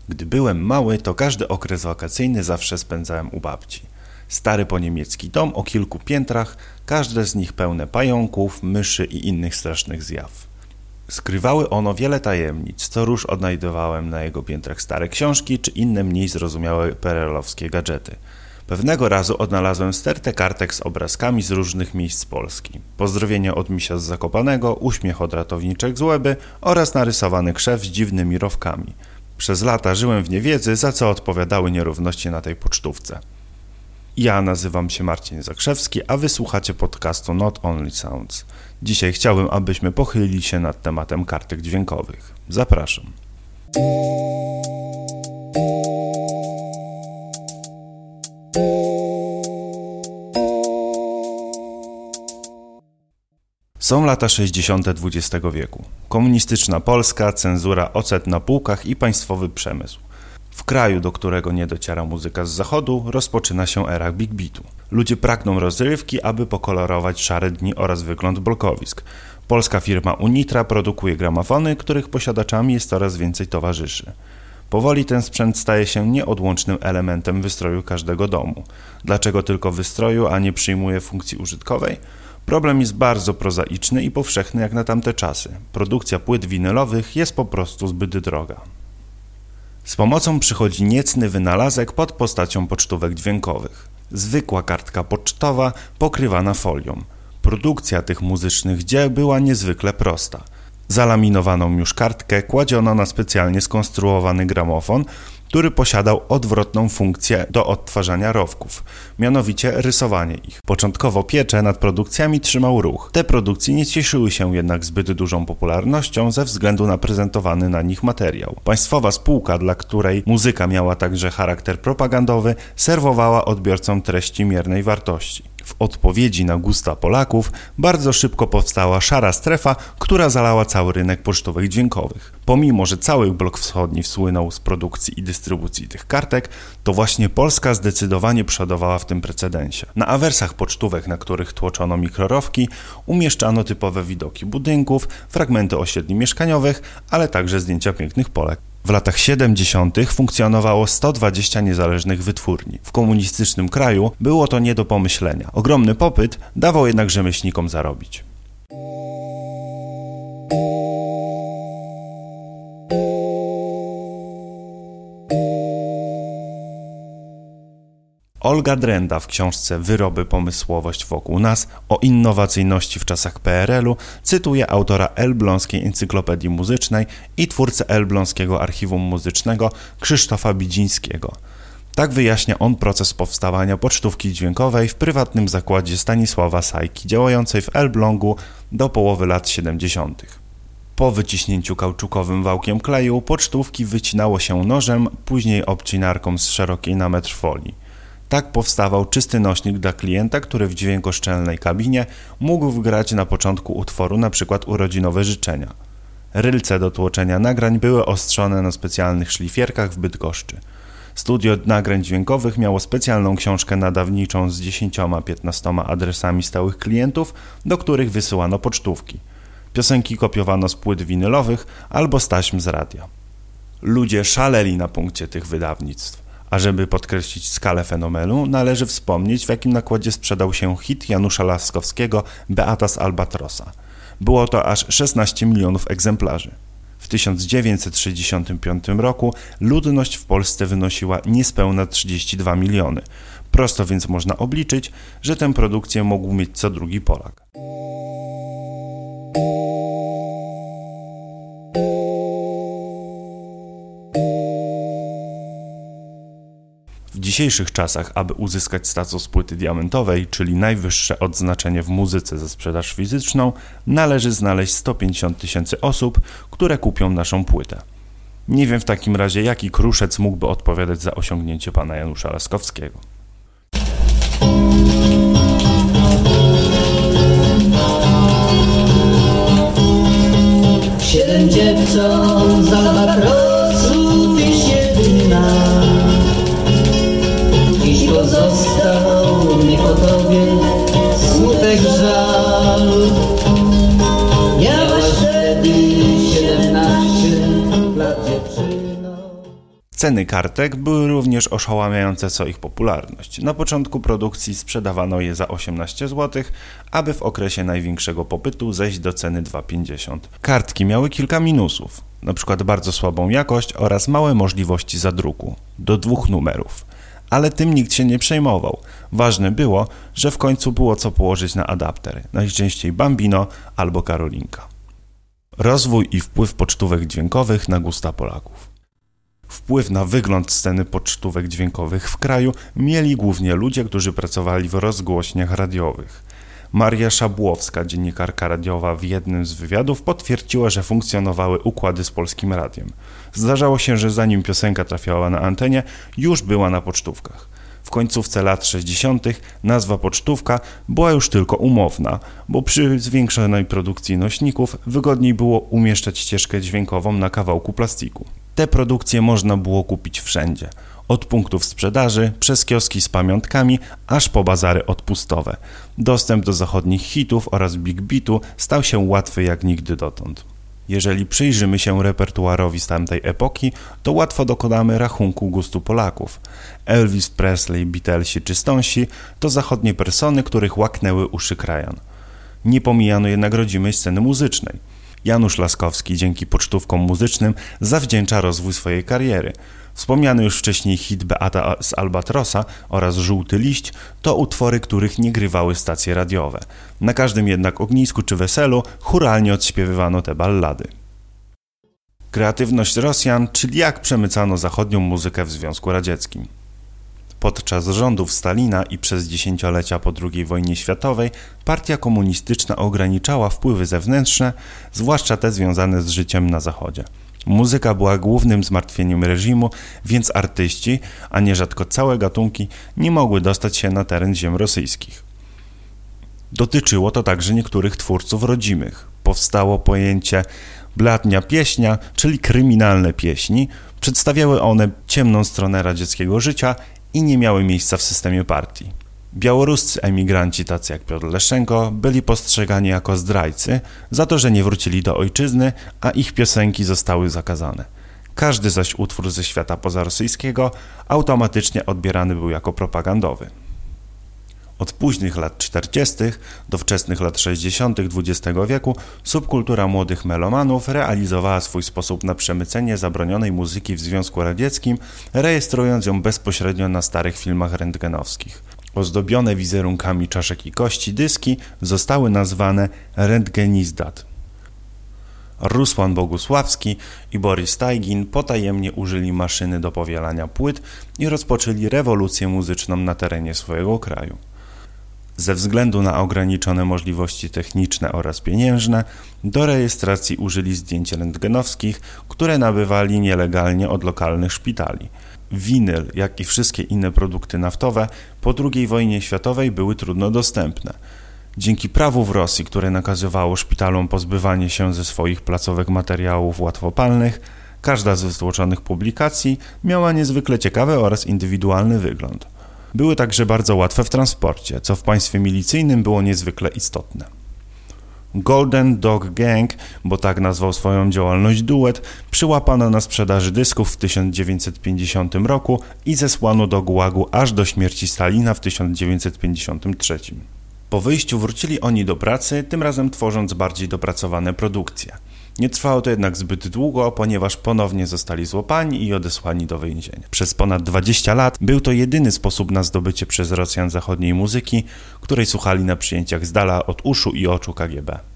Gdy byłem mały, to każdy okres wakacyjny zawsze spędzałem u babci. Stary poniemiecki dom o kilku piętrach, każde z nich pełne pająków, myszy i innych strasznych zjaw. Skrywały ono wiele tajemnic, co róż odnajdowałem na jego piętrach stare książki czy inne mniej zrozumiałe perelowskie gadżety. Pewnego razu odnalazłem stertę kartek z obrazkami z różnych miejsc Polski. Pozdrowienia od misia z Zakopanego, uśmiech od ratowniczek z Łeby oraz narysowany krzew z dziwnymi rowkami. Przez lata żyłem w niewiedzy, za co odpowiadały nierówności na tej pocztówce. Ja nazywam się Marcin Zakrzewski, a wysłuchacie podcastu Not Only Sounds. Dzisiaj chciałbym, abyśmy pochylili się nad tematem kartek dźwiękowych. Zapraszam. Są lata 60. XX wieku. Komunistyczna Polska, cenzura, ocet na półkach i państwowy przemysł. W kraju, do którego nie dociera muzyka z zachodu, rozpoczyna się era Big Beatu. Ludzie pragną rozrywki, aby pokolorować szare dni oraz wygląd blokowisk. Polska firma Unitra produkuje gramofony, których posiadaczami jest coraz więcej towarzyszy. Powoli ten sprzęt staje się nieodłącznym elementem wystroju każdego domu. Dlaczego tylko wystroju, a nie przyjmuje funkcji użytkowej? Problem jest bardzo prozaiczny i powszechny jak na tamte czasy. Produkcja płyt winylowych jest po prostu zbyt droga. Z pomocą przychodzi niecny wynalazek pod postacią pocztówek dźwiękowych. Zwykła kartka pocztowa pokrywana folią. Produkcja tych muzycznych dzieł była niezwykle prosta. Zalaminowaną już kartkę kładziono na specjalnie skonstruowany gramofon, który posiadał odwrotną funkcję do odtwarzania rowków, mianowicie rysowanie ich. Początkowo pieczę nad produkcjami trzymał ruch. Te produkcje nie cieszyły się jednak zbyt dużą popularnością ze względu na prezentowany na nich materiał. Państwowa spółka, dla której muzyka miała także charakter propagandowy, serwowała odbiorcom treści miernej wartości. W odpowiedzi na gusta Polaków bardzo szybko powstała szara strefa, która zalała cały rynek pocztówek dźwiękowych. Pomimo, że cały blok wschodni słynął z produkcji i dystrybucji tych kartek, to właśnie Polska zdecydowanie przodowała w tym precedensie. Na awersach pocztówek, na których tłoczono mikrorowki, umieszczano typowe widoki budynków, fragmenty osiedli mieszkaniowych, ale także zdjęcia pięknych Polek. W latach 70. funkcjonowało 120 niezależnych wytwórni. W komunistycznym kraju było to nie do pomyślenia. Ogromny popyt dawał jednak rzemieślnikom zarobić. Olga Drenda w książce Wyroby, pomysłowość wokół nas o innowacyjności w czasach PRL-u cytuje autora Elbląskiej Encyklopedii Muzycznej i twórcę Elbląskiego Archiwum Muzycznego Krzysztofa Bidzińskiego. Tak wyjaśnia on proces powstawania pocztówki dźwiękowej w prywatnym zakładzie Stanisława Sajki, działającej w Elblągu do połowy lat 70. Po wyciśnięciu kauczukowym wałkiem kleju pocztówki wycinało się nożem, później obcinarką z szerokiej na metr folii. Tak powstawał czysty nośnik dla klienta, który w dźwiękoszczelnej kabinie mógł wgrać na początku utworu np. urodzinowe życzenia. Rylce do tłoczenia nagrań były ostrzone na specjalnych szlifierkach w Bydgoszczy. Studio nagrań dźwiękowych miało specjalną książkę nadawniczą z 10-15 adresami stałych klientów, do których wysyłano pocztówki. Piosenki kopiowano z płyt winylowych albo z taśm z radia. Ludzie szaleli na punkcie tych wydawnictw. A żeby podkreślić skalę fenomenu, należy wspomnieć, w jakim nakładzie sprzedał się hit Janusza Laskowskiego Beata z Albatrosa. Było to aż 16 milionów egzemplarzy. W 1965 roku ludność w Polsce wynosiła niespełna 32 miliony. Prosto więc można obliczyć, że tę produkcję mógł mieć co drugi Polak. W dzisiejszych czasach, aby uzyskać status płyty diamentowej, czyli najwyższe odznaczenie w muzyce za sprzedaż fizyczną, należy znaleźć 150 000 osób, które kupią naszą płytę. Nie wiem w takim razie, jaki kruszec mógłby odpowiadać za osiągnięcie pana Janusza Laskowskiego. Siedem dziewcząt z Albatrosu, tyś jedyna. Dziś pozostał mnie po tobie smutek, żal. Miałaś wtedy 17 lat, dziewczyno. Ceny kartek były również oszałamiające co ich popularność. Na początku produkcji sprzedawano je za 18 zł, aby w okresie największego popytu zejść do ceny 2,50. Kartki miały kilka minusów, np. bardzo słabą jakość oraz małe możliwości zadruku, do 2 numerów. Ale tym nikt się nie przejmował. Ważne było, że w końcu było co położyć na adapter, najczęściej Bambino albo Karolinka. Rozwój i wpływ pocztówek dźwiękowych na gusta Polaków. Wpływ na wygląd sceny pocztówek dźwiękowych w kraju mieli głównie ludzie, którzy pracowali w rozgłośniach radiowych. Maria Szabłowska, dziennikarka radiowa, w jednym z wywiadów potwierdziła, że funkcjonowały układy z Polskim Radiem. Zdarzało się, że zanim piosenka trafiała na antenie, już była na pocztówkach. W końcówce lat 60. nazwa pocztówka była już tylko umowna, bo przy zwiększonej produkcji nośników wygodniej było umieszczać ścieżkę dźwiękową na kawałku plastiku. Te produkcje można było kupić wszędzie, od punktów sprzedaży, przez kioski z pamiątkami, aż po bazary odpustowe. Dostęp do zachodnich hitów oraz big beatu stał się łatwy jak nigdy dotąd. Jeżeli przyjrzymy się repertuarowi z tamtej epoki, to łatwo dokonamy rachunku gustu Polaków. Elvis Presley, Beatlesi czy Stonesi to zachodnie persony, których łaknęły uszy krajan. Nie pomijano jednak rodzimej sceny muzycznej. Janusz Laskowski dzięki pocztówkom muzycznym zawdzięcza rozwój swojej kariery. Wspomniany już wcześniej hit Beata z Albatrosa oraz Żółty liść to utwory, których nie grywały stacje radiowe. Na każdym jednak ognisku czy weselu chóralnie odśpiewywano te ballady. Kreatywność Rosjan, czyli jak przemycano zachodnią muzykę w Związku Radzieckim. Podczas rządów Stalina i przez dziesięciolecia po II wojnie światowej partia komunistyczna ograniczała wpływy zewnętrzne, zwłaszcza te związane z życiem na Zachodzie. Muzyka była głównym zmartwieniem reżimu, więc artyści, a nierzadko całe gatunki, nie mogły dostać się na teren ziem rosyjskich. Dotyczyło to także niektórych twórców rodzimych. Powstało pojęcie blatnia pieśnia, czyli kryminalne pieśni. Przedstawiały one ciemną stronę radzieckiego życia i nie miały miejsca w systemie partii. Białoruscy emigranci, tacy jak Piotr Leszczenko, byli postrzegani jako zdrajcy za to, że nie wrócili do ojczyzny, a ich piosenki zostały zakazane. Każdy zaś utwór ze świata pozarosyjskiego automatycznie odbierany był jako propagandowy. Od późnych lat 40. do wczesnych lat 60. XX wieku subkultura młodych melomanów realizowała swój sposób na przemycenie zabronionej muzyki w Związku Radzieckim, rejestrując ją bezpośrednio na starych filmach rentgenowskich. Ozdobione wizerunkami czaszek i kości dyski zostały nazwane rentgenizdat. Rusłan Bogusławski i Borys Tajgin potajemnie użyli maszyny do powielania płyt i rozpoczęli rewolucję muzyczną na terenie swojego kraju. Ze względu na ograniczone możliwości techniczne oraz pieniężne, do rejestracji użyli zdjęć rentgenowskich, które nabywali nielegalnie od lokalnych szpitali. Winyl, jak i wszystkie inne produkty naftowe, po II wojnie światowej były trudno dostępne. Dzięki prawu w Rosji, które nakazywało szpitalom pozbywanie się ze swoich placówek materiałów łatwopalnych, każda z wytłoczonych publikacji miała niezwykle ciekawy oraz indywidualny wygląd. Były także bardzo łatwe w transporcie, co w państwie milicyjnym było niezwykle istotne. Golden Dog Gang, bo tak nazwał swoją działalność duet, przyłapano na sprzedaży dysków w 1950 roku i zesłano do gułagu aż do śmierci Stalina w 1953. Po wyjściu wrócili oni do pracy, tym razem tworząc bardziej dopracowane produkcje. Nie trwało to jednak zbyt długo, ponieważ ponownie zostali złapani i odesłani do więzienia. Przez ponad 20 lat był to jedyny sposób na zdobycie przez Rosjan zachodniej muzyki, której słuchali na przyjęciach z dala od uszu i oczu KGB.